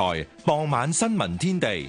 台傍晚新聞天地。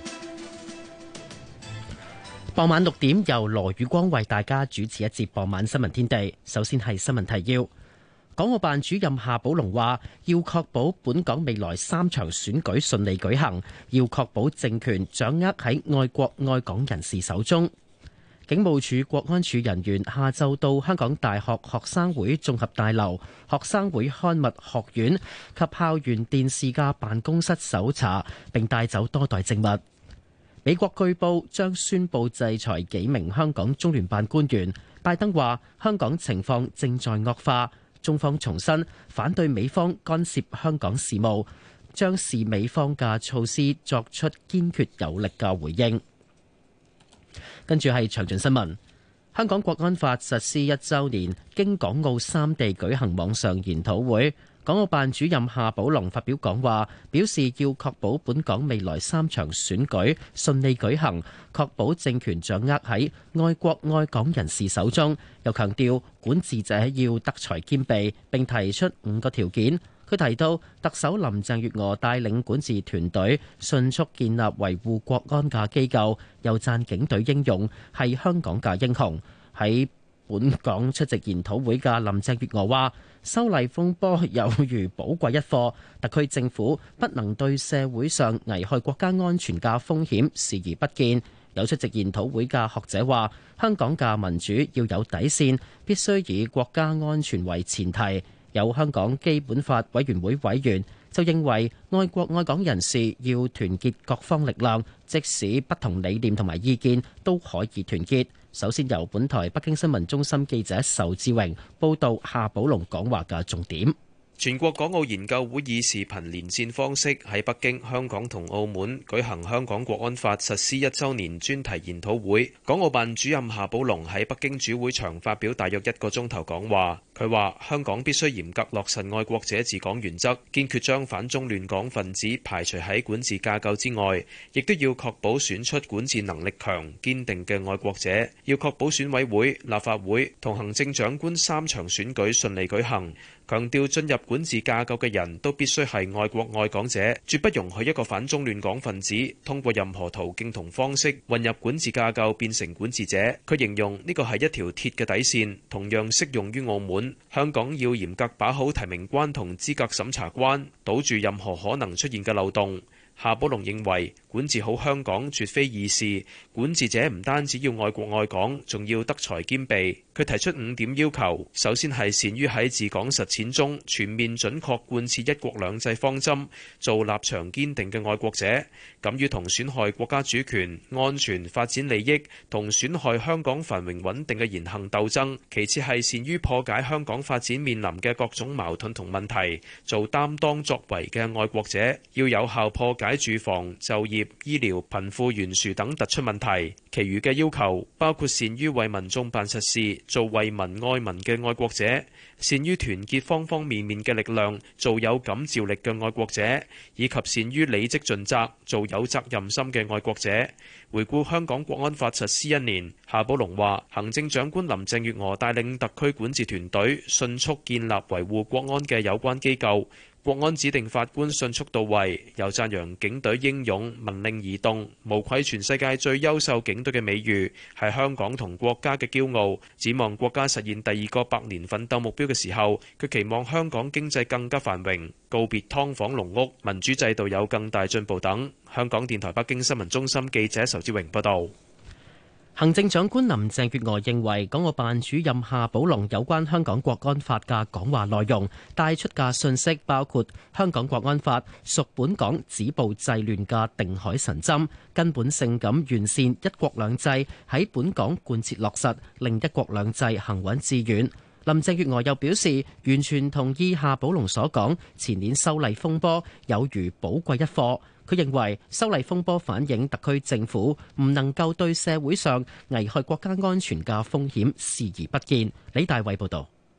傍晚6點由羅宇光為大家主持一節傍晚新聞天地。首先係新聞提要。港澳辦主任夏寶龍話，要確保本港未來3場選舉順利舉行，要確保政權掌握喺愛國愛港人士手中。警務處國安處人員下晝到香港大學學生會綜合大樓、學生會刊物學院及校園電視嘅辦公室搜查，並帶走多袋證物。美國據報將宣布制裁幾名香港中聯辦官員。拜登話香港情況正在惡化，中方重申反對美方干涉香港事務，將視美方嘅措施作出堅決有力嘅回應。跟住係詳盡新聞。香港國安法實施1週年，經港澳3地舉行網上研討會。港澳辦主任夏寶龍發表講話，表示要確保本港未來3場選舉順利舉行，確保政權掌握喺愛國愛港人士手中。又強調管治者要德才兼備，並提出5個條件。佢提到特首林鄭月娥帶領管治團隊迅速建立維護國安嘅機構，又讚警隊英勇，係香港嘅英雄。喺本港出席研討會嘅林鄭月娥話，修例風波有如寶貴一課，特區政府不能對社會上危害國家安全嘅風險視而不見。有出席研討會嘅學者話，香港嘅民主要有底線，必須以國家安全為前提。有香港基本法委員會委員就認為，愛國愛港人士要團結各方力量，即使不同理念同埋意見都可以團結。首先由本台北京新聞中心記者仇志榮報道夏寶龍講話嘅重點。 全國港澳研究會以視頻連線方式喺北京、香港同澳門舉行香港國安法實施1週年專題研討會。港澳辦主任夏寶龍喺北京主會場發表大約1個鐘頭講話。佢話：香港必須嚴格落實愛國者治港原則，堅決將反中亂港分子排除喺管治架構之外，亦都要確保選出管治能力強、堅定嘅愛國者。要確保選委會、立法會同行政長官3場選舉順利舉行。強調進入管治架構嘅人都必須係愛國愛港者，絕不容許一個反中亂港分子通過任何途徑同方式混入管治架構變成管治者。佢形容呢個係一條鐵嘅底線，同樣適用於澳門。香港要嚴格把好提名關同資格審查關，堵住任何可能出現嘅漏洞。夏寶龍認為管治好香港絕非易事，管治者唔單止要愛國愛港，仲要德才兼備。佢提出5點要求，首先係善於喺治港實踐中全面準確貫徹一國兩制方針，做立場堅定嘅愛國者，敢於同損害國家主權、安全、發展利益同損害香港繁榮穩定嘅言行鬥爭。其次係善於破解香港發展面臨嘅各種矛盾同問題，做擔當作為嘅愛國者，要有效破解住房、就業、醫療、貧富懸殊等突出問題。其餘嘅要求包括善於為民眾辦實事，做為民愛民嘅愛國者；善於團結方方面面嘅力量，做有感召力嘅愛國者；以及善於履職盡責，做有責任心嘅愛國者。回顧香港國安法實施1年，夏寶龍話：行政長官林鄭月娥帶領特區管治團隊，迅速建立維護國安嘅有關機構。國安指定法官迅速到位，又讚揚警隊英勇、聞令而動，無愧全世界最優秀警隊嘅美譽，係香港同國家嘅驕傲。展望國家實現第2個百年奮鬥目標嘅時候，佢期望香港經濟更加繁榮，告別劏房籠屋，民主制度有更大進步等。香港電台北京新聞中心記者仇志榮報道。 行政長官林鄭月娥認為，港澳辦主任夏寶龍有關香港國安法嘅講話內容帶出嘅信息，包括香港國安法屬本港止暴制亂嘅定海神針，根本性咁完善一國兩制喺本港貫徹落實，令一國兩制行穩致遠。林鄭月娥又表示，完全同意夏寶龍所講，前年修例風波有如寶貴一課。佢認為修例風波反映特區政府唔能夠對社會上危害國家安全嘅風險視而不見。李大偉報導。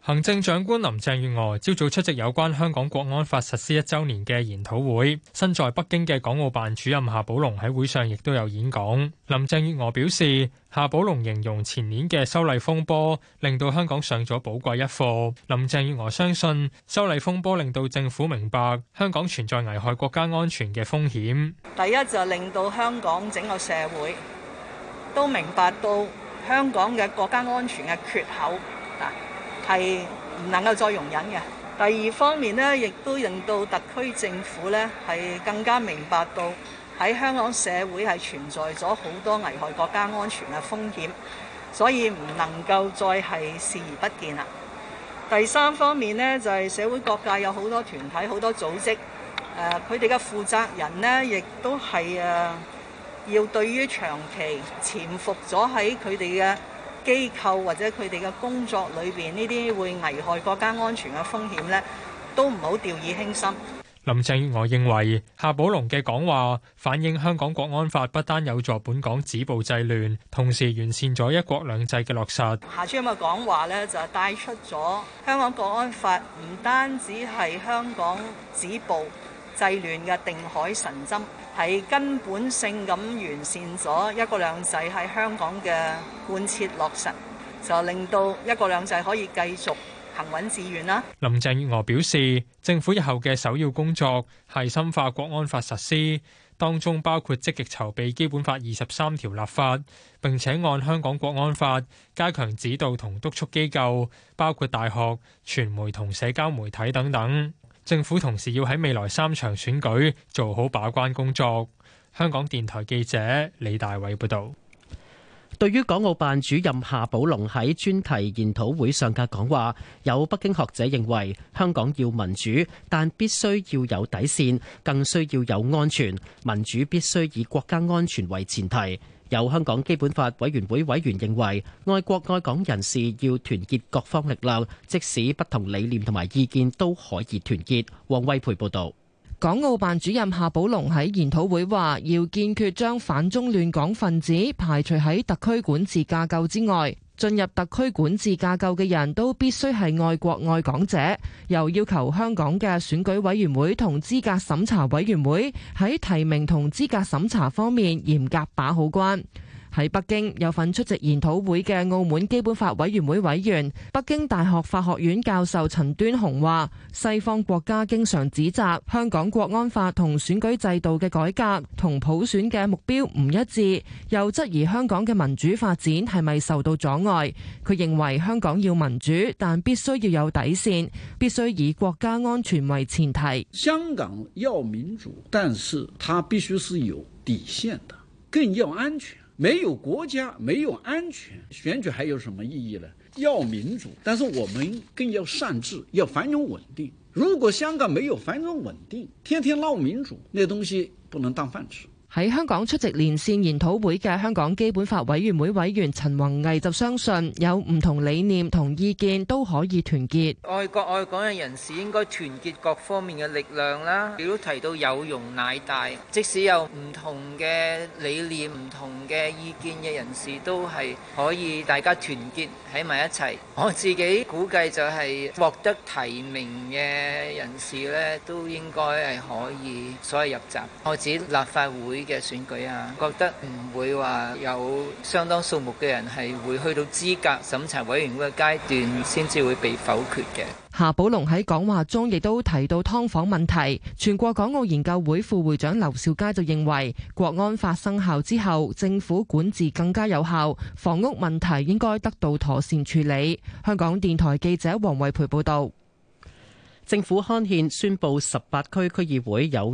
行政長官林鄭月娥朝早出席有關香港國安法實施1週年嘅研討會，身在北京嘅港澳辦主任夏寶龍喺會上亦都有演講。林鄭月娥表示，夏寶龍形容前年嘅修例風波令到香港上咗寶貴一課。林鄭月娥相信修例風波令到政府明白香港存在危害國家安全嘅風險。 第一就令到香港整個社會都明白到香港嘅國家安全嘅缺口係唔能夠再容忍嘅。第二方面呢，亦都令到特區政府呢係更加明白到喺香港社會係存在咗好多危害國家安全嘅風險，所以唔能夠再係視而不見啦。第三方面呢，就係社會各界有好多團體、好多組織，佢哋嘅負責人呢，亦都係要對於長期潛伏咗喺佢哋嘅機構或者佢哋嘅工作裏邊呢啲會危害國家安全嘅風險呢，都唔好掉以輕心。 林鄭月娥認為夏寶龍嘅講話反映香港國安法不單有助本港止暴制亂，同時完善咗一國兩制嘅落實。 夏主任嘅講話呢，就係帶出咗香港國安法唔單止係香港止暴制亂嘅定海神針，係根本性咁完善咗一國兩制喺香港嘅貫徹落實，就令到一國兩制可以繼續行穩致遠啦。 林鄭月娥表示，政府日後嘅首要工作係深化國安法實施，當中包括積極籌備基本法23條立法，並且按香港國安法加強指導同督促機構，包括大學、傳媒同社交媒體等等。政府同時要喺未來3場選舉做好把關工作。香港電台記者李大偉報導。 對於港澳辦主任夏寶龍喺專題研討會上嘅講話，有北京學者認為香港要民主，但必須要有底線，更需要有安全。民主必須以國家安全為前提。有香港基本法委員會委員認為，愛國愛港人士要團結各方力量，即使不同理念同埋意見都可以團結。黃惠培報導。 港澳辦主任夏寶龍喺研討會話，要堅決將反中亂港分子排除喺特區管治架構之外，進入特區管治架構嘅人都必須係愛國愛港者。又要求香港嘅選舉委員會同資格審查委員會喺提名同資格審查方面嚴格把好關。喺北京有份出席研討會嘅澳門基本法委員會委員、北京大學法學院教授陳端雄話，西方國家經常指責香港國安法同選舉制度嘅改革同普選嘅目標唔一致，又質疑香港嘅民主發展係咪受到阻礙。佢認為香港要民主，但必須要有底線，必須以國家安全為前提。 香港要民主，但是它必須是有底線的，更要安全。沒有國家，沒有安全，選舉還有什麼意義呢？要民主，但是我們更要善治，要繁榮穩定。如果香港沒有繁榮穩定，天天鬧民主，那東西不能當飯吃。 喺香港出席連線研討會嘅香港基本法委員會委員陳宏毅就相信，有唔同理念同意見都可以團結。 愛國愛港嘅人士應該團結各方面嘅力量啦。亦都提到有容乃大，即使有唔同嘅理念、唔同嘅意見嘅人士，都係可以大家團結喺埋一齊。我自己估計就係獲得提名嘅人士呢，都應該係可以所謂入閘。我指立法會嘅選舉啊，覺得唔會話有相當數目嘅人係會去到資格審查委員會嘅階段先至會被否決嘅。 夏寶龍喺講話中亦都提到劏房問題。全國港澳研究會副會長劉兆佳就認為，國安法生效之後，政府管治更加有效，房屋問題應該得到妥善處理。香港電台記者黃惠培報道。 政府刊憲宣布18區區議會有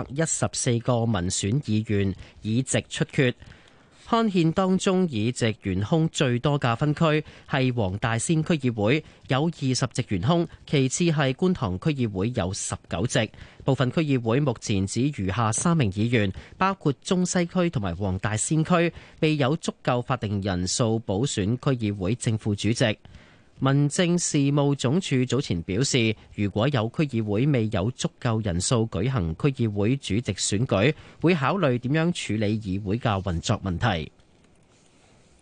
214個民選議員議席出缺。刊憲當中議席懸空最多嘅分區係黃大仙區議會，有20席懸空，其次係觀塘區議會有19席。部分區議會目前只餘下3名議員，包括中西區同埋黃大仙區，未有足夠法定人數補選區議會正副主席。民政事務總署早前表示，如果有區議會未有足夠人數舉行區議會主席選舉，會考慮點樣處理議會嘅運作問題。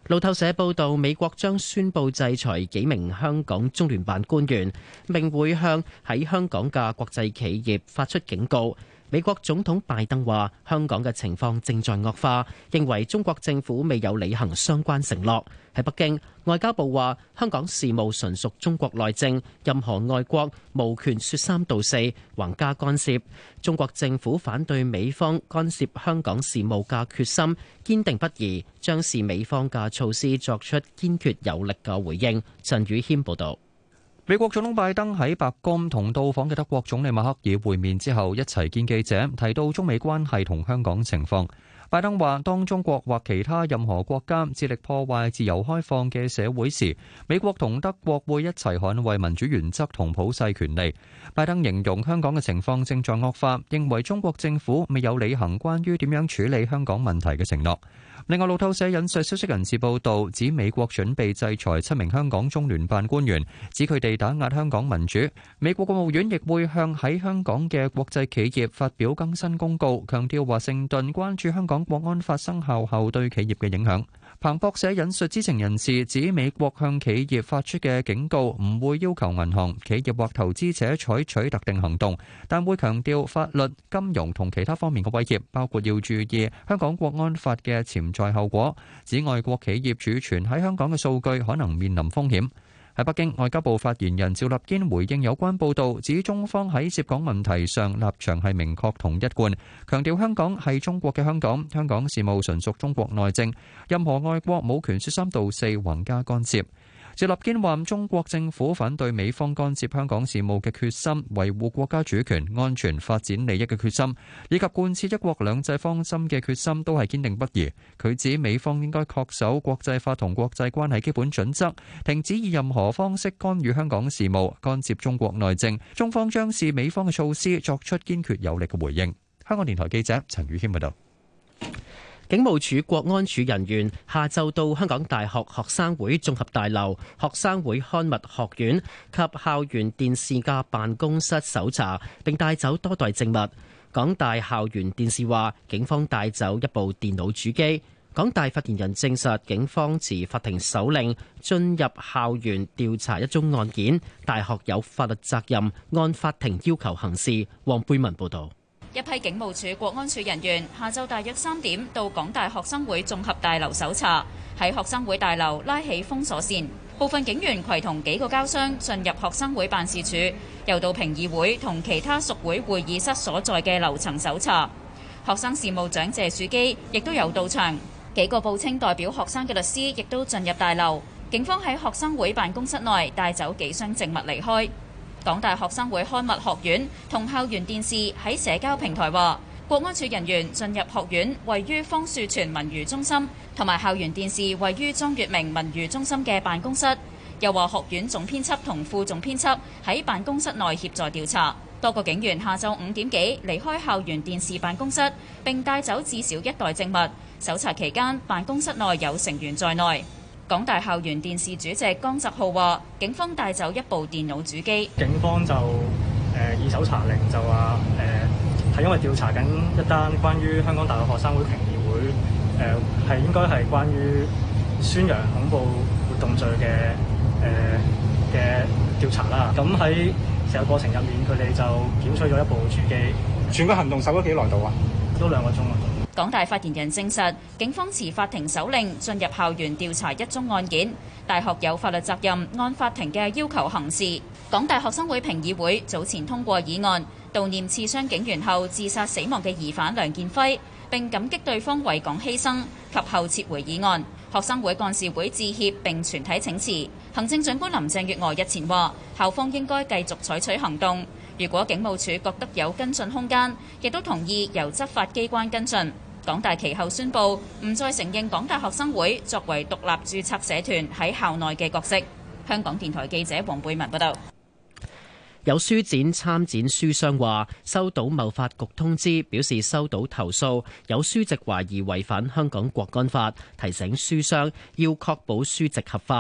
路透社報道，美國將宣布制裁幾名香港中聯辦官員，並會向喺香港嘅國際企業發出警告。美國總統拜登話，香港嘅情況正在惡化，認為中國政府未有履行相關承諾。喺北京，外交部話，香港事務純屬中國內政，任何外國無權說三道四，橫加干涉。中國政府反對美方干涉香港事務嘅決心堅定不移，將視美方嘅措施作出堅決有力嘅回應。陳宇謙報道。 美國總統拜登喺白宮同到訪嘅德國總理默克爾會面之後，一齊見記者，提到中美關係同香港情況。拜登話，當中國或其他任何國家致力破壞自由開放嘅社會時，美國同德國會一齊捍衛民主原則同普世權利。拜登形容香港嘅情況正在惡化，認為中國政府未有履行關於點樣處理香港問題嘅承諾。另外，路透社引述消息人士報道，指美國準備制裁7名香港中聯辦官員，指佢哋打壓香港民主。美國國務院亦會向喺香港嘅國際企業發表更新公告，強調華盛頓關注香港國安法生效後對企業嘅影響。彭博社引述知情人士指，美國向企業發出嘅警告唔會要求銀行、企業或投資者採取特定行動，但會強調法律、金融同其他方面嘅威脅，包括要注意香港國安法嘅潛在後果，指外國企業儲存喺香港嘅數據可能面臨風險。喺北京，外交部發言人趙立堅回應有關報導，指中方喺涉港問題上立場係明確同一貫，強調香港係中國嘅香港，香港事務純屬中國內政，任何外國冇權說三道四，橫加干涉。趙立堅話：中國政府反對美方干涉香港事務嘅決心，維護國家主權、安全、發展利益嘅決心，以及貫徹一國兩制方針嘅決心，都係堅定不移。佢指美方應該恪守國際法同國際關係基本準則，停止以任何方式干預香港事務、干涉中國內政。中方將視美方嘅措施作出堅決有力嘅回應。香港電台記者陳宇謙報道。 警務處國安處人員下晝到香港大學學生會綜合大樓、學生會刊物學院及校園電視嘅辦公室搜查，並帶走多袋證物。港大校園電視話，警方帶走一部電腦主機。港大發言人證實，警方持法庭手令進入校園調查一宗案件，大學有法律責任按法庭要求行事。黃貝文報導。 一批警務處國安處人員下晝大約3點到港大學生會綜合大樓搜查，喺學生會大樓拉起封鎖線，部分警員攜同幾個膠箱進入學生會辦事處，又到評議會同其他屬會會議室所在嘅樓層搜查。學生事務長謝樹基亦都有到場，幾個報稱代表學生嘅律師亦都進入大樓。警方喺學生會辦公室內帶走幾箱證物離開。港大學生會刊物學院同校園電視喺社交平台話，國安處人員進入學院位於方樹泉文娛中心同埋校園電視位於莊月明文娛中心嘅辦公室，又話學院總編輯同副總編輯喺辦公室內協助調查。多個警員下晝5點幾離開校園電視辦公室，並帶走至少1袋證物。搜查期間，辦公室內有成員在內。港大校園電視主席江澤浩話，警方帶走一部電腦主機。 警方就以搜查令就話係因為調查緊一單關於香港大學學生會評議會係應該係關於宣揚恐怖活動罪嘅調查啦。咁喺成個過程入面，佢哋就檢取咗一部主機。全個行動搜咗幾耐度啊？都2個鐘啊。 港大發言人證實，警方持法庭手令進入校園調查一宗案件，大學有法律責任按法庭嘅要求行事。港大學生會評議會早前通過議案，悼念刺傷警員後自殺死亡嘅疑犯梁建輝，並感激對方為港犧牲，及後撤回議案。學生會幹事會致歉並全體請辭。行政長官林鄭月娥日前話，校方應該繼續採取行動，如果警務處覺得有跟進空間，亦都同意由執法機關跟進。港大其後宣布唔再承認港大學生會作為獨立註冊社團喺校內嘅角色。香港電台記者黃貝文報道。 有書展參展書商話收到貿發局通知，表示收到投訴，有書籍懷疑違反香港國安法，提醒書商要確保書籍合法。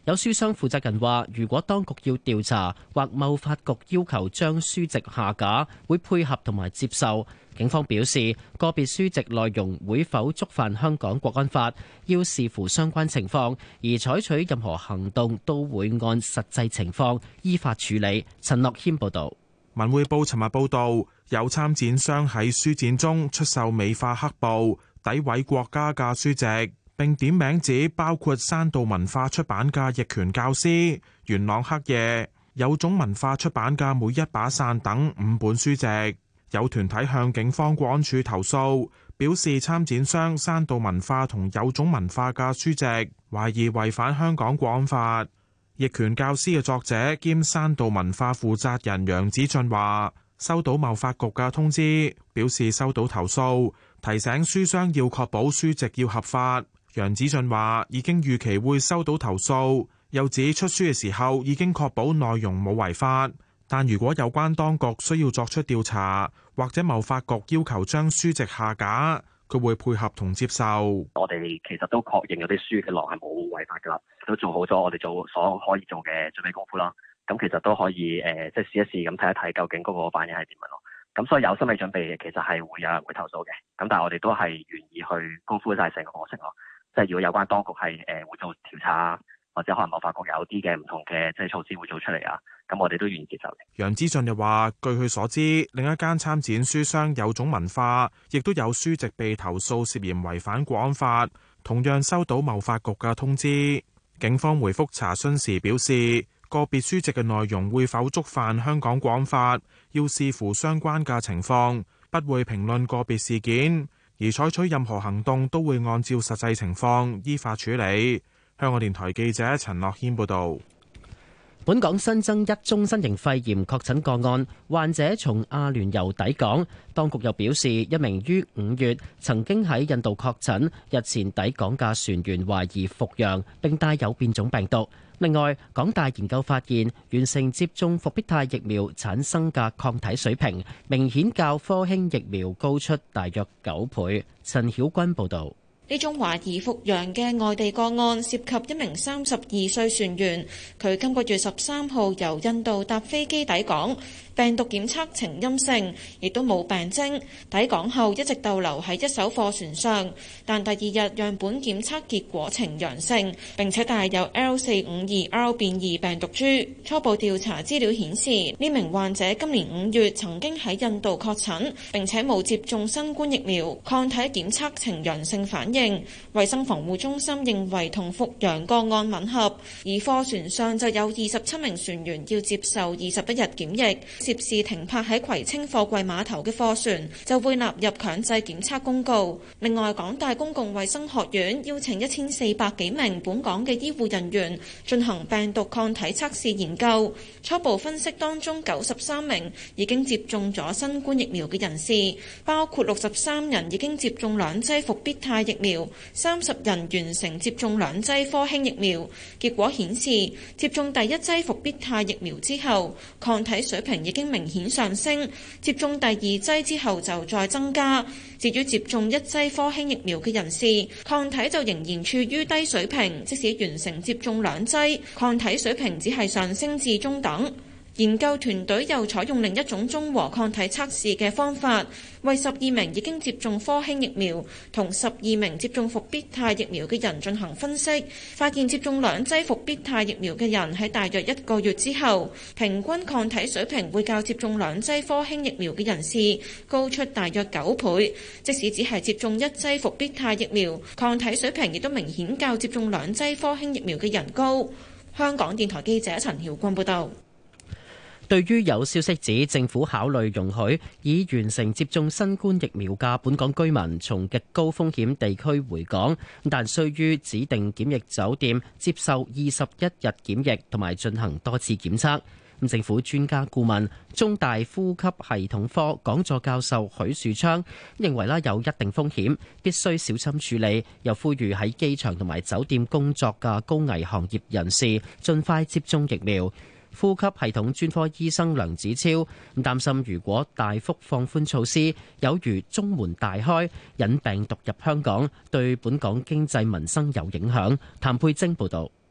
有書商負責人話，如果當局要調查或貿發局要求將書籍下架，會配合同埋接受。警方表示，個別書籍內容會否觸犯香港國安法，要視乎相關情況，而採取任何行動都會按實際情況依法處理。陳樂謙報導。 文匯報尋日報導，有參展商喺書展中出售美化黑暴、詆毀國家嘅書籍，並點名指包括山道文化出版嘅《逆權教師》、《元朗黑夜》、有種文化出版嘅《每一把傘》等5本書籍。有團體向警方國安處投訴，表示參展商山道文化同有種文化嘅書籍懷疑違反香港國安法。逆權教師嘅作者兼山道文化負責人楊子俊話，收到貿發局嘅通知，表示收到投訴，提醒書商要確保書籍要合法。楊子俊話已經預期會收到投訴，又指出書嘅時候已經確保內容冇違法。但如果有關當局需要作出調查，或者貿發局要求將書籍下架，佢會配合同接受。 我哋其實都確認有啲書嘅內容係冇違法㗎啦，都做好咗我哋做所可以做嘅準備功夫啦。咁其實都可以即係試一試咁睇一睇究竟嗰個反應係點樣咯。咁所以有心理準備，其實係會有人會投訴嘅。咁但係我哋都係願意去高呼晒成個過程咯。即係如果有關當局係會做調查，或者可能貿發局有啲嘅唔同嘅即係措施會做出嚟啊，咁我哋都願意接受。 楊之俊又話，據佢所知，另一間參展書商有種文化亦都有書籍被投訴涉嫌違反國安法，同樣收到貿發局嘅通知。警方回覆查詢時表示，個別書籍嘅內容會否觸犯香港國安法，要視乎相關嘅情況，不會評論個別事件，而採取任何行動都會按照實際情況依法處理。香港電台記者陳樂軒報導。 本港新增1宗新型肺炎確診個案，患者從阿聯酋抵港。當局又表示，一名於5月曾經喺印度確診、日前抵港嘅船員懷疑復陽並帶有變種病毒。另外，港大研究發現，完成接種復必泰疫苗產生嘅抗體水平，明顯較科興疫苗高出大約9倍。陳曉君報導。 呢宗懷疑復陽嘅外地個案涉及一名32歲船員，佢今個月13號由印度搭飛機抵港，病毒檢測呈陰性，亦都冇病徵。抵港後一直逗留喺一艘貨船上，但第2日樣本檢測結果呈陽性，並且帶有 L452R 變異病毒株。初步調查資料顯示，呢名患者今年5月曾經喺印度確診，並且冇接種新冠疫苗，抗體檢測呈陽性反應。衛生防護中心認為同復陽個案吻合，而貨船上就有27名船員要接受21日檢疫。涉事停泊喺葵青貨櫃碼頭嘅貨船就會納入強制檢測公告。另外，港大公共衛生學院邀請1400幾名本港嘅醫護人員進行病毒抗體測試研究，初步分析當中93名已經接種咗新冠疫苗嘅人士，包括63人已經接種2劑復必泰疫苗，30人完成接種2劑科興疫苗。結果顯示，接種第1劑復必泰疫苗之後，抗體水平已經明顯上升；接種第2劑之後就再增加。至於接種1劑科興疫苗嘅人士，抗體就仍然處於低水平，即使完成接種2劑，抗體水平只係上升至中等。研究團隊又採用另一種中和抗體測試嘅方法，為12名已經接種科興疫苗同12名接種復必泰疫苗嘅人進行分析，發現接種2劑復必泰疫苗嘅人喺大約1個月之後，平均抗體水平會較接種2劑科興疫苗嘅人士高出大約9倍。即使只係接種1劑復必泰疫苗，抗體水平亦都明顯較接種2劑科興疫苗嘅人高。香港電台記者陳曉君報道。 對於有消息指政府考慮容許已完成接種新冠疫苗嘅本港居民從極高風險地區回港，但需於指定檢疫酒店接受21日檢疫同埋進行多次檢測。政府專家顧問、中大呼吸系統科講座教授許樹昌認為有一定風險，必須小心處理，又呼籲喺機場同埋酒店工作嘅高危行業人士盡快接種疫苗。呼吸系統專科醫生梁子超擔心，如果大幅放寬措施，有如中門大開，引病毒入香港，對本港經濟民生有影響。譚佩晶報導。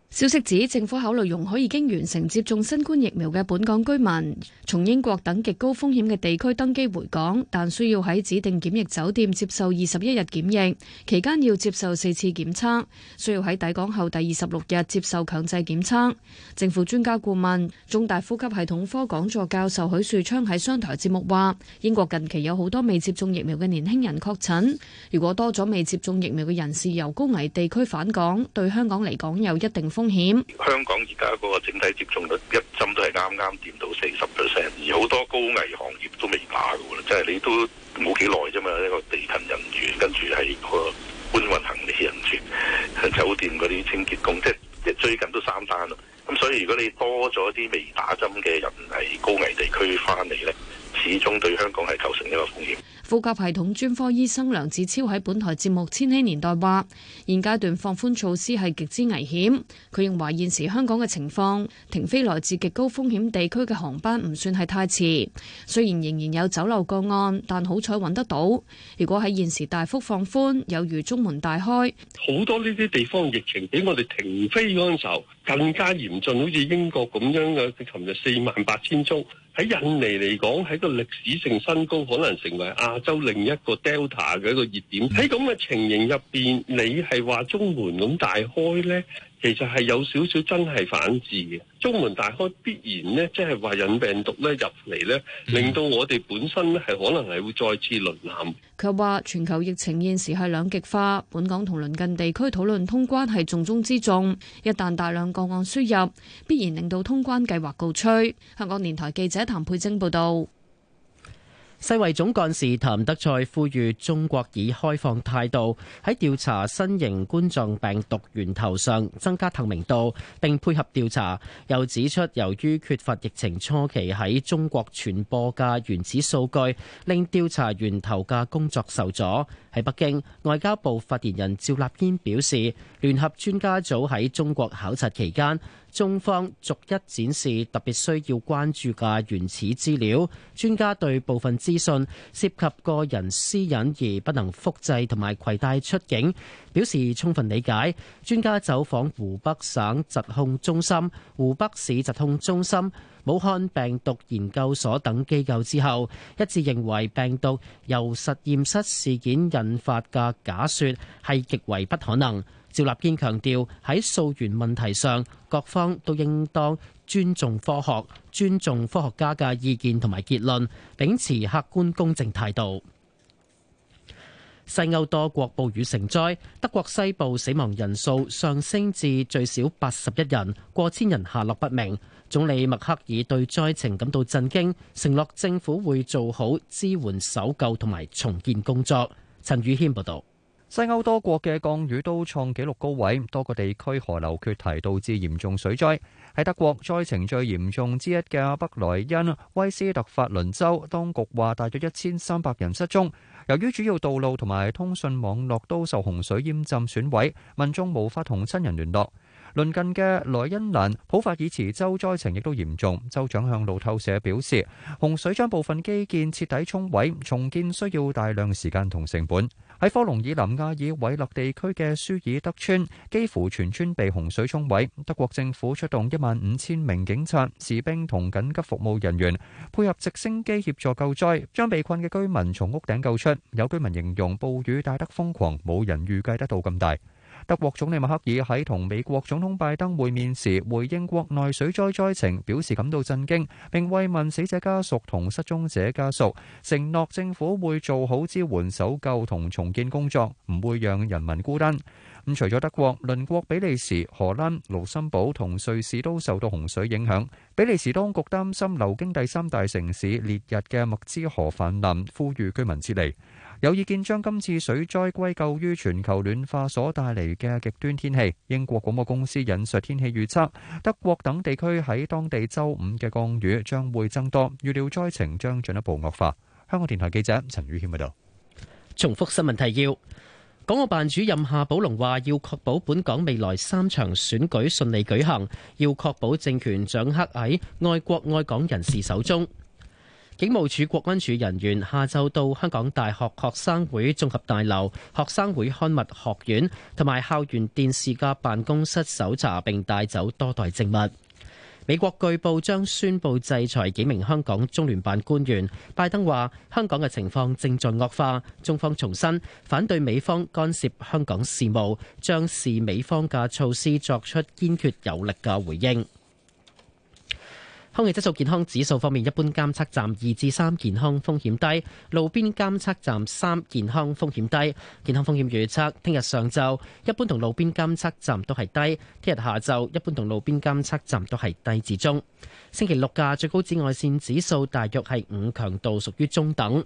消息指，政府考慮容許已經完成接種新冠疫苗嘅本港居民從英國等極高風險嘅地區登機回港，但需要喺指定檢疫酒店接受21日檢疫，期間要接受4次檢測，需要喺抵港後第26日接受強制檢測。政府專家顧問、中大呼吸系統科講座教授許樹昌喺商台節目話：英國近期有好多未接種疫苗嘅年輕人確診，如果多咗未接種疫苗嘅人士由高危地區返港，對香港嚟講有一定風險。 香港而家嗰個整體接種率一針都係啱啱掂到40%，而好多高危行業都未打㗎喎，即係你都冇幾耐啫嘛，一個地勤人員，跟住係個搬運行李人員、酒店嗰啲清潔工，即係最近都3單啦。咁所以如果你多咗啲未打針嘅人係高危地區翻嚟呢，始終對香港係構成一個風險。 呼吸系統專科醫生梁子超喺本台節目《千禧年代》話：現階段放寬措施係極之危險。佢認為現時香港嘅情況，停飛來自極高風險地區嘅航班唔算係太遲。雖然仍然有走漏個案，但好彩揾得到。如果喺現時大幅放寬，有如中門大開。 好多呢啲地方疫情比我哋停飛嗰陣時候更加嚴峻，好似英國咁樣嘅，琴日48,000宗。喺印尼嚟講，喺個歷史性新高，可能成為亞洲另一個 Delta 嘅一個熱點。喺咁嘅情形入邊，你係話中門咁大開呢？其實係有少少真係反智嘅。中門大開必然呢，即係話引病毒咧入嚟呢，令到我哋本身咧係可能係會再次淪陷。 佢話全球疫情現時係兩極化，本港同鄰近地區討論通關係重中之重。一旦大量個案輸入，必然令到通關計劃告吹。香港電台記者譚佩晶報導。 世衛總幹事譚德塞呼籲中國以開放態度喺調查新型冠狀病毒源頭上增加透明度，並配合調查。又指出，由於缺乏疫情初期喺中國傳播嘅原始數據，令調查源頭嘅工作受阻。喺北京，外交部發言人趙立堅表示，聯合專家組喺中國考察期間，中方逐一展示特別需要關注嘅原始資料。專家對部分資訊涉及個人私隱而不能複製同埋攜帶出境表示充分理解。專家走訪湖北省疾控中心、湖北市疾控中心、武漢病毒研究所等機構之後，一致認為病毒由實驗室事件引發嘅假說係極為不可能。趙立堅強調，喺溯源問題上，各方都應當尊重科學，尊重科學家嘅意見同埋結論，秉持客觀公正態度。西歐多國暴雨成災，德國西部死亡人數上升至最少81人，過千人下落不明。總理默克爾對災情感到震驚，承諾政府會做好支援搜救同埋重建工作。陳宇軒報導。 西歐多國嘅降雨都創紀錄高位，多個地區河流決堤，導致嚴重水災。喺德國災情最嚴重之一嘅北萊茵威斯特法倫州，當局話大約1300人失蹤。由於主要道路同埋通訊網絡都受洪水淹浸損毀，民眾無法同親人聯絡。鄰近嘅萊茵蘭普法爾茨州災情亦都嚴重，州長向路透社表示，洪水將部分基建徹底沖毀，重建需要大量時間同成本。喺科隆以南亞爾韋勒地區嘅舒爾德村，幾乎全村被洪水沖毀。德國政府出動15000名警察、士兵同緊急服務人員，配合直升機協助救災，將被困嘅居民從屋頂救出。有居民形容暴雨大得瘋狂，冇人預計得到咁大。德國總理默克爾喺同美國總統拜登會面時，回應國內水災災情，表示感到震驚，並慰問死者家屬同失蹤者家屬，承諾政府會做好支援搜救同重建工作，唔會讓人民孤單。除咗德國，鄰國比利時、荷蘭、盧森堡同瑞士都受到洪水影響。比利時當局擔心流經第三大城市列日嘅默茲河氾濫，呼籲居民撤離。有意見將今次水災歸咎於全球暖化所帶嚟嘅極端天氣。英國廣播公司引述天氣預測，德國等地區喺當地週五嘅降雨將會增多，預料災情將進一步惡化。香港電台記者陳宇軒報道。 重複新聞提要：港澳辦主任夏寶龍話，要確保本港未來3場選舉順利舉行，要確保政權掌握喺愛國愛港人士手中。 警務處國安處人員下晝到香港大學學生會綜合大樓、學生會刊物學院同埋校園電視嘅辦公室搜查，並帶走多袋證物。美國據報將宣布制裁幾名香港中聯辦官員。拜登話香港嘅情況正在惡化，中方重申反對美方干涉香港事務，將視美方嘅措施作出堅決有力嘅回應。空氣質素健康指數方面，一般監測站2至3健康風險低，路邊監測站3健康風險低。健康風險預測，聽日上晝一般同路邊監測站都係低，聽日下晝一般同路邊監測站都係低至中。星期六嘅最高紫外線指數大約係5，強度屬於中等。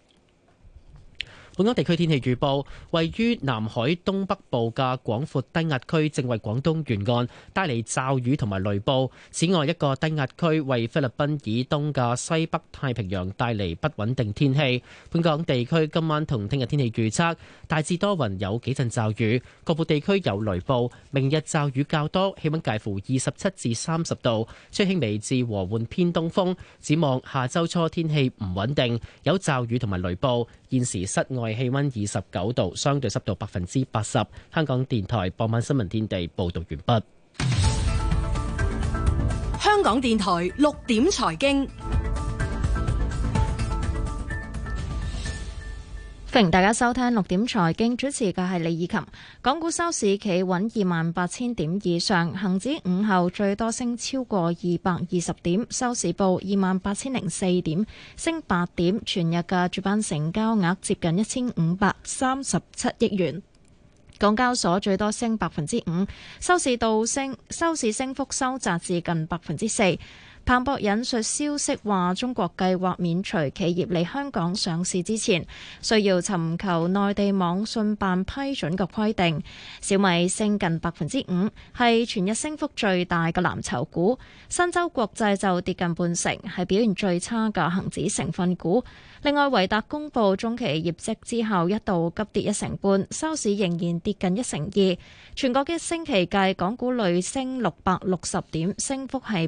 本港地區天氣預報，位於南海東北部嘅廣闊低壓區正為廣東沿岸帶嚟驟雨同埋雷暴。此外，一個低壓區為菲律賓以東嘅西北太平洋帶嚟不穩定天氣。本港地區今晚同聽日天氣預測，大致多雲，有幾陣驟雨，局部地區有雷暴。明日驟雨較多，氣溫介乎27至30度，吹輕微至和緩偏東風。展望下周初天氣唔穩定，有驟雨同埋雷暴。現時室外氣溫29度，相對濕度80%。香港電台傍晚新聞天地報道完畢。 香港電台6點財經， 歡迎大家收聽6點財經，主持嘅係李以琴。港股收市企穩28,000點以上，恒指午後最多升超過220點，收市報28,004點，升8點。全日嘅主板成交額接近1537億元。港交所最多升5%，收市升幅收窄至近4%。彭博引述消息話，中國計劃免除企業嚟香港上市之前需要尋求內地網信辦批准嘅規定。小米升近5%，係全日升幅最大嘅藍籌股。申洲國際就跌近半成，係表現最差嘅恒指成分股。另外，維達公布中期業績之後一度急跌1成半，收市仍然跌近1成2。全國一星期計，港股累升660點，升幅係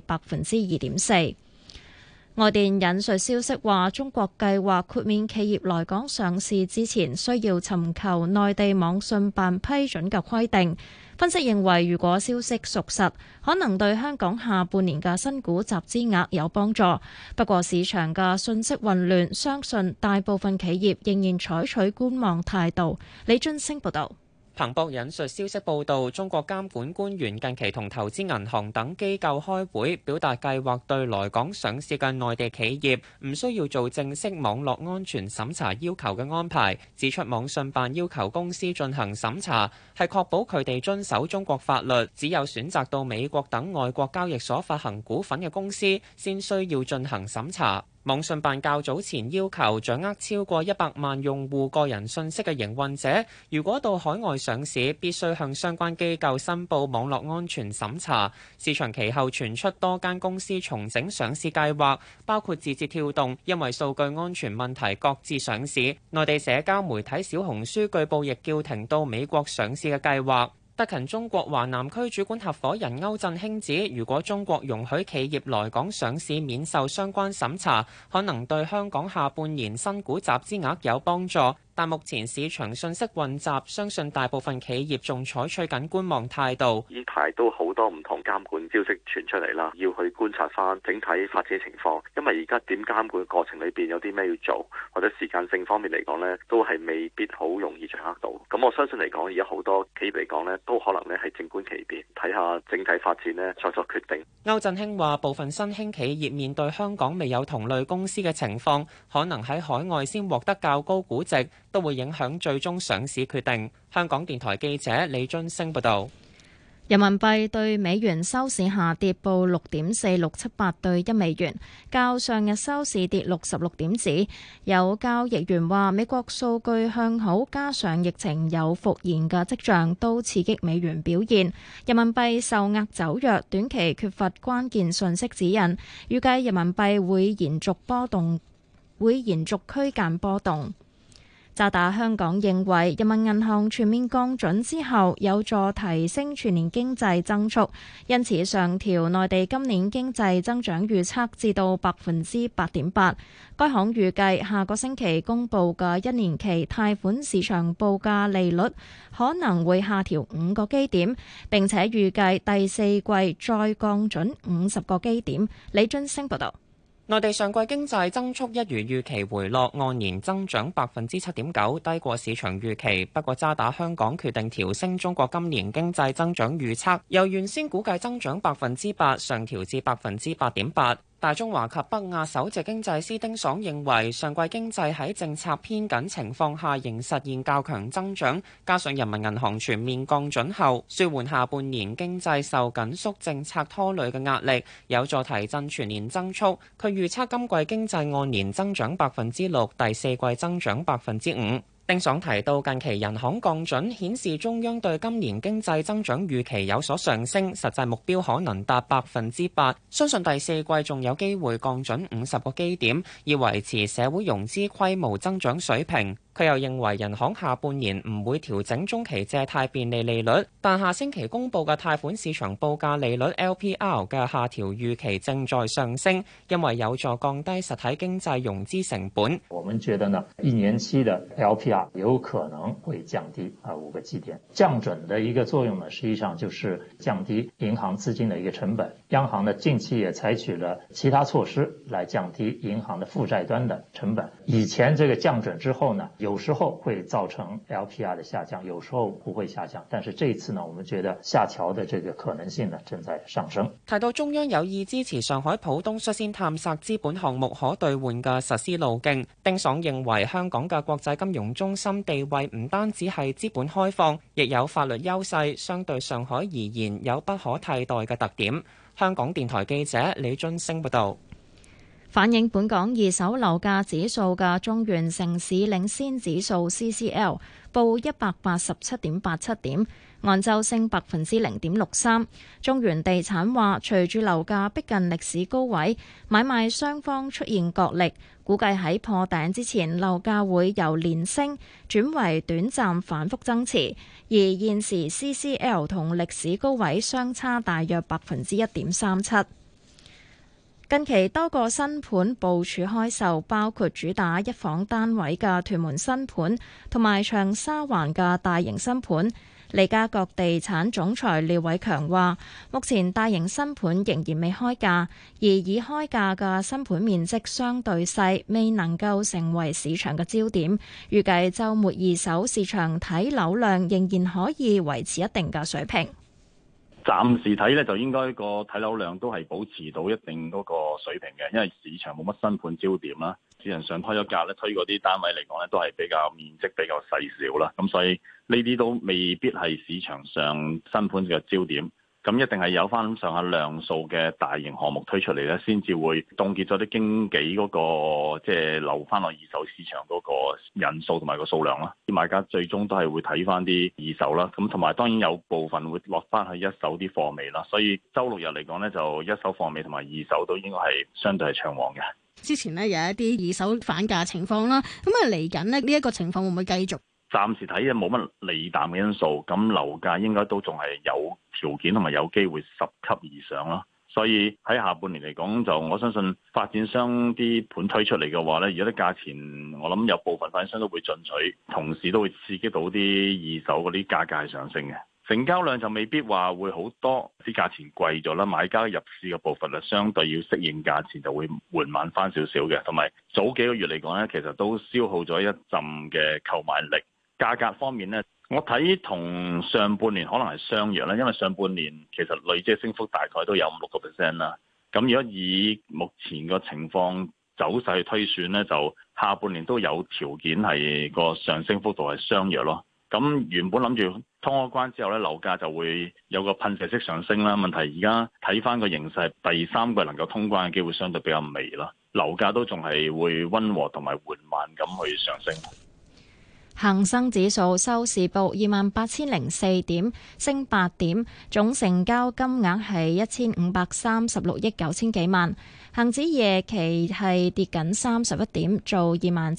2.4%。外電引述消息話，中國計劃豁免企業來港上市之前需要尋求內地網信辦批准嘅規定。分析認為，如果消息屬實，可能對香港下半年嘅新股集資額有幫助。不過市場嘅信息混亂，相信大部分企業仍然採取觀望態度。李津升報導。 彭博引述消息報道，中國監管官員近期同投資銀行等機構開會，表達計劃對來港上市嘅內地企業唔需要做正式網絡安全審查要求嘅安排，指出網信辦要求公司進行審查，係確保佢哋遵守中國法律，只有選擇到美國等外國交易所發行股份嘅公司，先需要進行審查。網信辦較早前要求掌握超過100萬用戶個人信息嘅營運者，如果到海外上市，必須向相關機構申報網絡安全審查。市場其後傳出多間公司重整上市計劃，包括字節跳動，因為數據安全問題擱置上市。內地社交媒體小紅書據報亦叫停到美國上市嘅計劃。德勤中國華南區主管合夥人歐振興指，如果中國容許企業來港上市免受相關審查，可能對香港下半年新股集資額有幫助。但目前市場信息混雜，相信大部分企業仲採取緊觀望態度。 呢排都好多唔同監管消息傳出嚟啦，要去觀察翻整體發展情況。因為而家點監管過程裏邊有啲咩要做，或者時間性方面嚟講呢，都係未必好容易掌握到。咁我相信嚟講，而家好多企業嚟講呢，都可能呢係靜觀其變，睇下整體發展呢，再作決定。 歐振興話，部分新興企業面對香港未有同類公司嘅情況，可能喺海外先獲得較高估值，都會影響最終上市決定。香港電台記者李津升報道。 人民幣對美元收市下跌，報6.4678對1美元，較上日收市跌66點子。有交易員話，美國數據向好，加上疫情有復燃嘅跡象，都刺激美元表現。人民幣受壓走弱，短期缺乏關鍵信息指引，預計人民幣會延續區間波動。 渣打香港認為，人民銀行全面降準之後，有助提升全年經濟增速，因此上調內地今年經濟增長預測至到8.8%。該行預計下個星期公佈嘅1年期貸款市場報價利率可能會下調5個基點，並且預計第四季再降準50個基點。李津升報道。 內地上季經濟增速一如預期回落，按年增長7.9%，低過市場預期。不過渣打香港決定調升中國今年經濟增長預測，由原先估計增長8%上調至8.8%。大中華及北亞首席經濟師丁爽認為，上季經濟喺政策偏緊情況下仍實現較強增長，加上人民銀行全面降準後，舒緩下半年經濟受緊縮政策拖累嘅壓力，有助提振全年增速。佢預測今季經濟按年增長6%，第四季增長5%。丁爽提到，近期人行降準顯示中央對今年經濟增長預期有所上升，實際目標可能達8%，相信第四季仲有機會降準50個基點，以維持社會融資規模增長水平。佢又認為人行下半年唔會調整中期借貸便利利率，但下星期公佈嘅貸款市場報價利率 LPR 嘅下調預期正在上升，因為有助降低實體經濟融資成本。 我們覺得呢，一年期的 LPR 有可能會降低5個基點。降準的一個作用呢，實際上就是降低銀行資金的一個成本。央行呢近期也採取了其他措施來降低銀行的負債端的成本。以前這個降準之後呢，有時候會造成 LPR 的下降，有時候不會下降，但是這一次呢，我們覺得下調的這個可能性呢正在上升。 提到中央有意支持上海浦東率先探索資本項目可兌換嘅實施路徑，丁爽認為香港嘅國際金融中心地位唔單止係資本開放，亦有法律優勢，相對上海而言有不可替代嘅特點。香港電台記者李津升報道。 反映本港二手樓價指數嘅中原城市領先指數 CCL 報187.87點，按週升0.63%。中原地產話，隨住樓價逼近歷史高位，買賣雙方出現角力，估計喺破頂之前，樓價會由連升轉為短暫反覆增持。而現時 CCL 同歷史高位相差大約1.37%。近期多個新盤部署開售，包括主打一房單位嘅屯門新盤，同埋長沙灣嘅大型新盤。利嘉閣地產總裁廖偉強話，目前大型新盤仍然未開價，而已開價嘅新盤面積相對細，未能夠成為市場嘅焦點。預計週末二手市場睇樓量仍然可以維持一定嘅水平。 暫時睇咧，就應該個睇樓量都係保持到一定嗰個水平嘅，因為市場冇乜新盤焦點啦。市場上推咗價咧，推嗰啲單位嚟講咧，都係比較面積比較細小啦。咁所以呢啲都未必係市場上新盤嘅焦點。咁一定係有翻上下量數嘅大型項目推出嚟咧，先至會凍結咗啲經紀嗰個即係留翻落二手市場嗰個人數同埋個數量啦。啲買家最終都係會睇翻啲二手啦，咁同埋當然有部分會落翻去一手啲貨尾啦。所以週六日嚟講咧，就一手貨尾同埋二手都應該係相對係暢旺嘅。 之前咧有一啲二手反價情況啦，咁啊嚟緊咧呢一個情況會唔會繼續？ 暫時睇咧冇乜利淡嘅因素，咁樓價應該都仲係有條件同埋有機會10級以上啦。所以喺下半年嚟講，就我相信發展商啲盤推出嚟嘅話咧，如果啲價錢我諗有部分發展商都會進取，同時都會刺激到啲二手嗰啲價格係上升嘅。成交量就未必話會好多，啲價錢貴咗啦，買家入市嘅部分啊，相對要適應價錢就會緩慢翻少少嘅。同埋早幾個月嚟講咧，其實都消耗咗一陣嘅購買力。價格方面呢，我睇同上半年可能係相若啦，因為上半年其實累積升幅大概都有5-6% 啦。咁如果以目前個情況走勢去推算呢，就下半年都有條件係個上升幅度係相若咯。咁原本諗住通咗關之後呢，樓價就會有個噴射式上升啦。問題而家睇翻個形勢，第三季能夠通關嘅機會相對比較微啦。樓價都仲係會溫和同埋緩慢咁去上升。 恒生指數收市報28,004點，升8點，總成交金額係1536億9千幾萬。恒指夜期係跌緊31點，做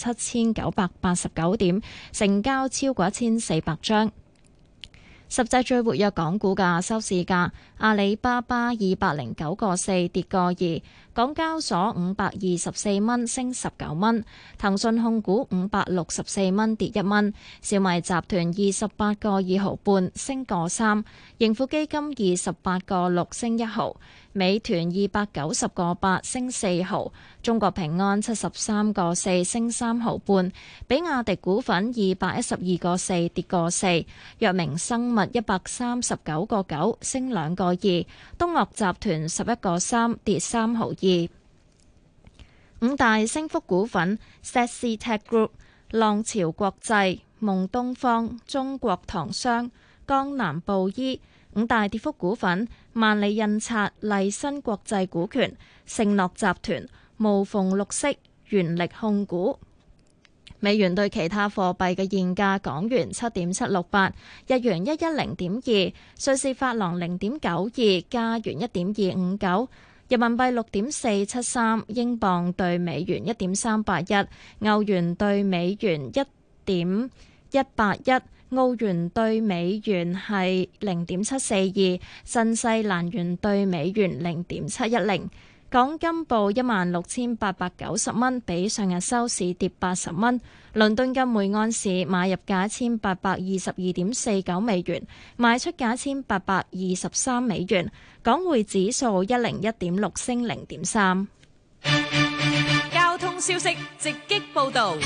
27,989點，成交超過1400張。十隻最活躍港股嘅收市價，阿里巴巴209個4跌個2，港交所524蚊升19蚊，騰訊控股564蚊跌1蚊，小米集團28個2毫半升個3，盈富基金28個6升1毫，美團290個8升4毫，中國平安73個4升3毫半，比亞迪股份212個4跌個4，藥明生物139個9升2個2，東岳集團11個3跌3毫2。五大升幅股份 ：SetCTech Group、浪潮國際、夢東方、中國糖商、江南布衣。五大跌幅股份：萬里印刷、麗新國際股權、盛諾集團、無縫綠色、原力控股。美元對其他貨幣嘅現價：港元7.768，日元110.2，瑞士法郎0.92，加元1.259，人民幣6.473，英鎊對美元1.381，歐元對美元1.181，澳元對美元係0.742，新西蘭元對美元0.710。港金報16,890蚊，比上日收市跌80蚊。倫敦金每安士買入價1,822.49美元，賣出價1,823美元。港匯指數101.6升0.3。 交通消息直擊報導。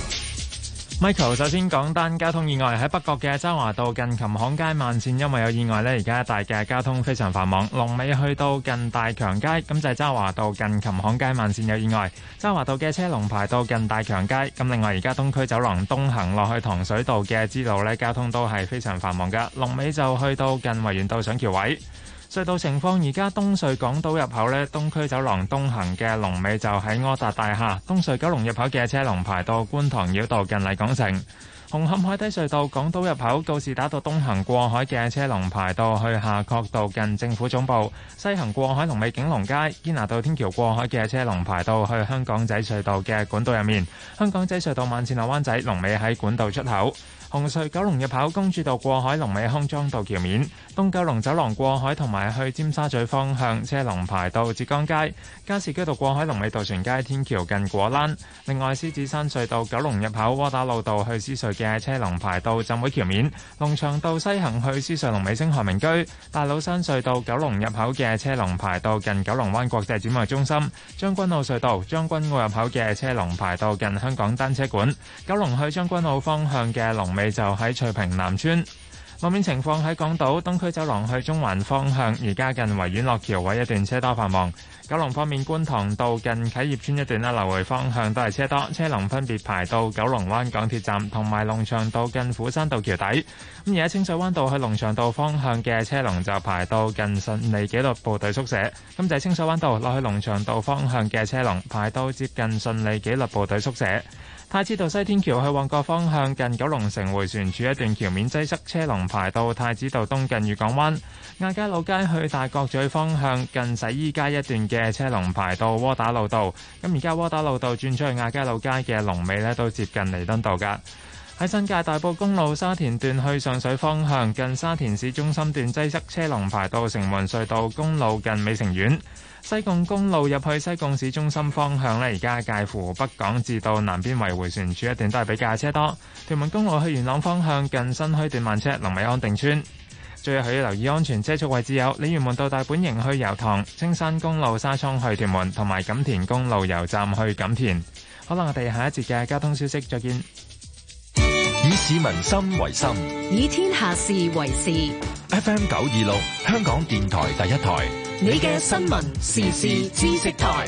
Michael 首先講單交通意外，喺北角嘅渣華道近琴行街慢線，因為有意外呢，而家一帶嘅交通非常繁忙，龍尾去到近大強街，咁就係渣華道近琴行街慢線有意外，渣華道嘅車龍排到近大強街。咁另外而家東區走廊東行落去糖水道嘅支路呢，交通都係非常繁忙㗎，龍尾就去到近維園道上橋位。隧道情況，而家東隧港島入口呢，東區走廊東行嘅龍尾就喺柯達大廈；東隧九龍入口嘅車龍排到觀塘繞道近麗港城。紅磡海底隧道港島入口告士打道東行過海嘅車龍排到去夏慤道近政府總部；西行過海龍尾景隆街。堅拿道天橋過海嘅車龍排到去香港仔隧道嘅管道入面。香港仔隧道慢線落灣仔龍尾喺管道出口。紅隧九龍入口公主道過海龍尾康莊道橋面，東九龍走廊過海同埋去尖沙咀方向車龍排到浙江街，加士居道過海龍尾渡船街天橋近果欄。另外獅子山隧道九龍入口窩打老道去獅隧嘅車龍排到浸會橋面，龍翔道西行去獅隧龍尾星河名居，大老山隧道九龍入口嘅車龍排到近九龍灣國際展貿中心，將軍澳隧道將軍澳入口嘅車龍排到近香港單車館，九龍去將軍澳方向嘅龍尾就喺翠屏南村。路面情況喺港島東區走廊去中環方向，而家近維園落橋位一段車多繁忙。九龍方面，觀塘道近啟業村一段咧，來回方向都係車多，車龍分別排到九龍灣港鐵站同埋龍翔道近斧山道橋底。咁而喺清水灣道去龍翔道方向嘅車龍就排到近順利紀律部隊宿舍。咁就係清水灣道落去龍翔道方向嘅車龍排到接近順利紀律部隊宿舍。太子道西天橋去旺角方向近九龍城迴旋處一段橋面擠塞，車龍排到太子道東近御港灣。亞皆老街去大角咀方向近洗衣街一段嘅車龍排到窩打老道。咁而家窩打老道轉出去亞皆老街嘅龍尾呢都接近彌敦道㗎。喺新界大埔公路沙田段去上水方向近沙田市中心段擠塞，車龍排到城門隧道公路近美城苑。西貢公路入去西貢市中心方向呢，而家介乎北港至到南邊圍迴旋處一段都係比較車多。屯門公路去元朗方向近新墟段慢車，龍尾安定村。最後要留意安全車速位置有鯉魚門道大本營去油塘、青山公路沙涌去屯門，同埋錦田公路油站去錦田。好啦，我哋下一節嘅交通消息再見。 以市民心為心， 以天下事為事。 FM 926，香港電台第一台， 你嘅新聞時事知識台。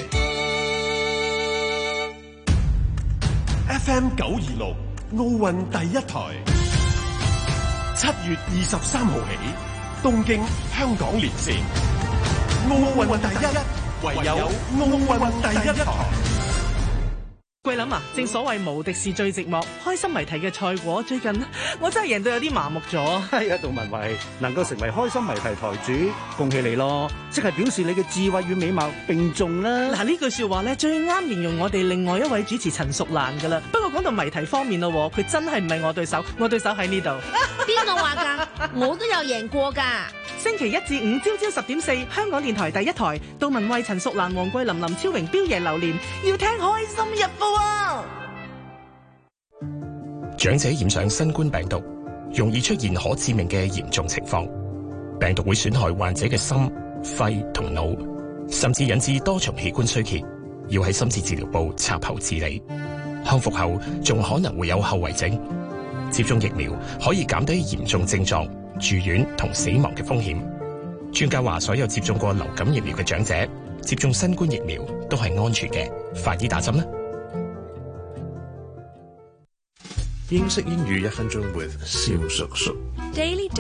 FM 926，奧運第一台。7月23號起，東京香港連線，奧運第一，唯有奧運第一台。 桂林啊，正所謂無敵是最寂寞，開心謎題嘅賽果最近我真係贏到有啲麻木咗。 係啊，杜文慧能夠成為開心謎題台主，恭喜你咯！即係表示你嘅智慧與美貌並重啦。 嗱，呢句說話咧最啱形容我哋另外一位主持陳淑蘭噶啦。不過講到謎題方面咯，佢真係唔係我對手，我對手喺呢度。 邊個話噶？我都有贏過噶。 星期1至5朝朝10.4，香港電台第一台，杜文慧、陳淑蘭、黃桂林、林超榮、標爺、榴蓮，要聽開心日報啊！ 長者染上新冠病毒，容易出現可致命嘅嚴重情況。病毒會損害患者嘅心、肺同腦，甚至引致多重器官衰竭，要喺深切治療部插喉治理。康復後仲可能會有後遺症。接種疫苗可以減低嚴重症狀、住院同死亡嘅風險。專家話，所有接種過流感疫苗嘅長者接種新冠疫苗都係安全嘅，快啲打針啦！ 英式英語1分鐘 with 蕭叔叔。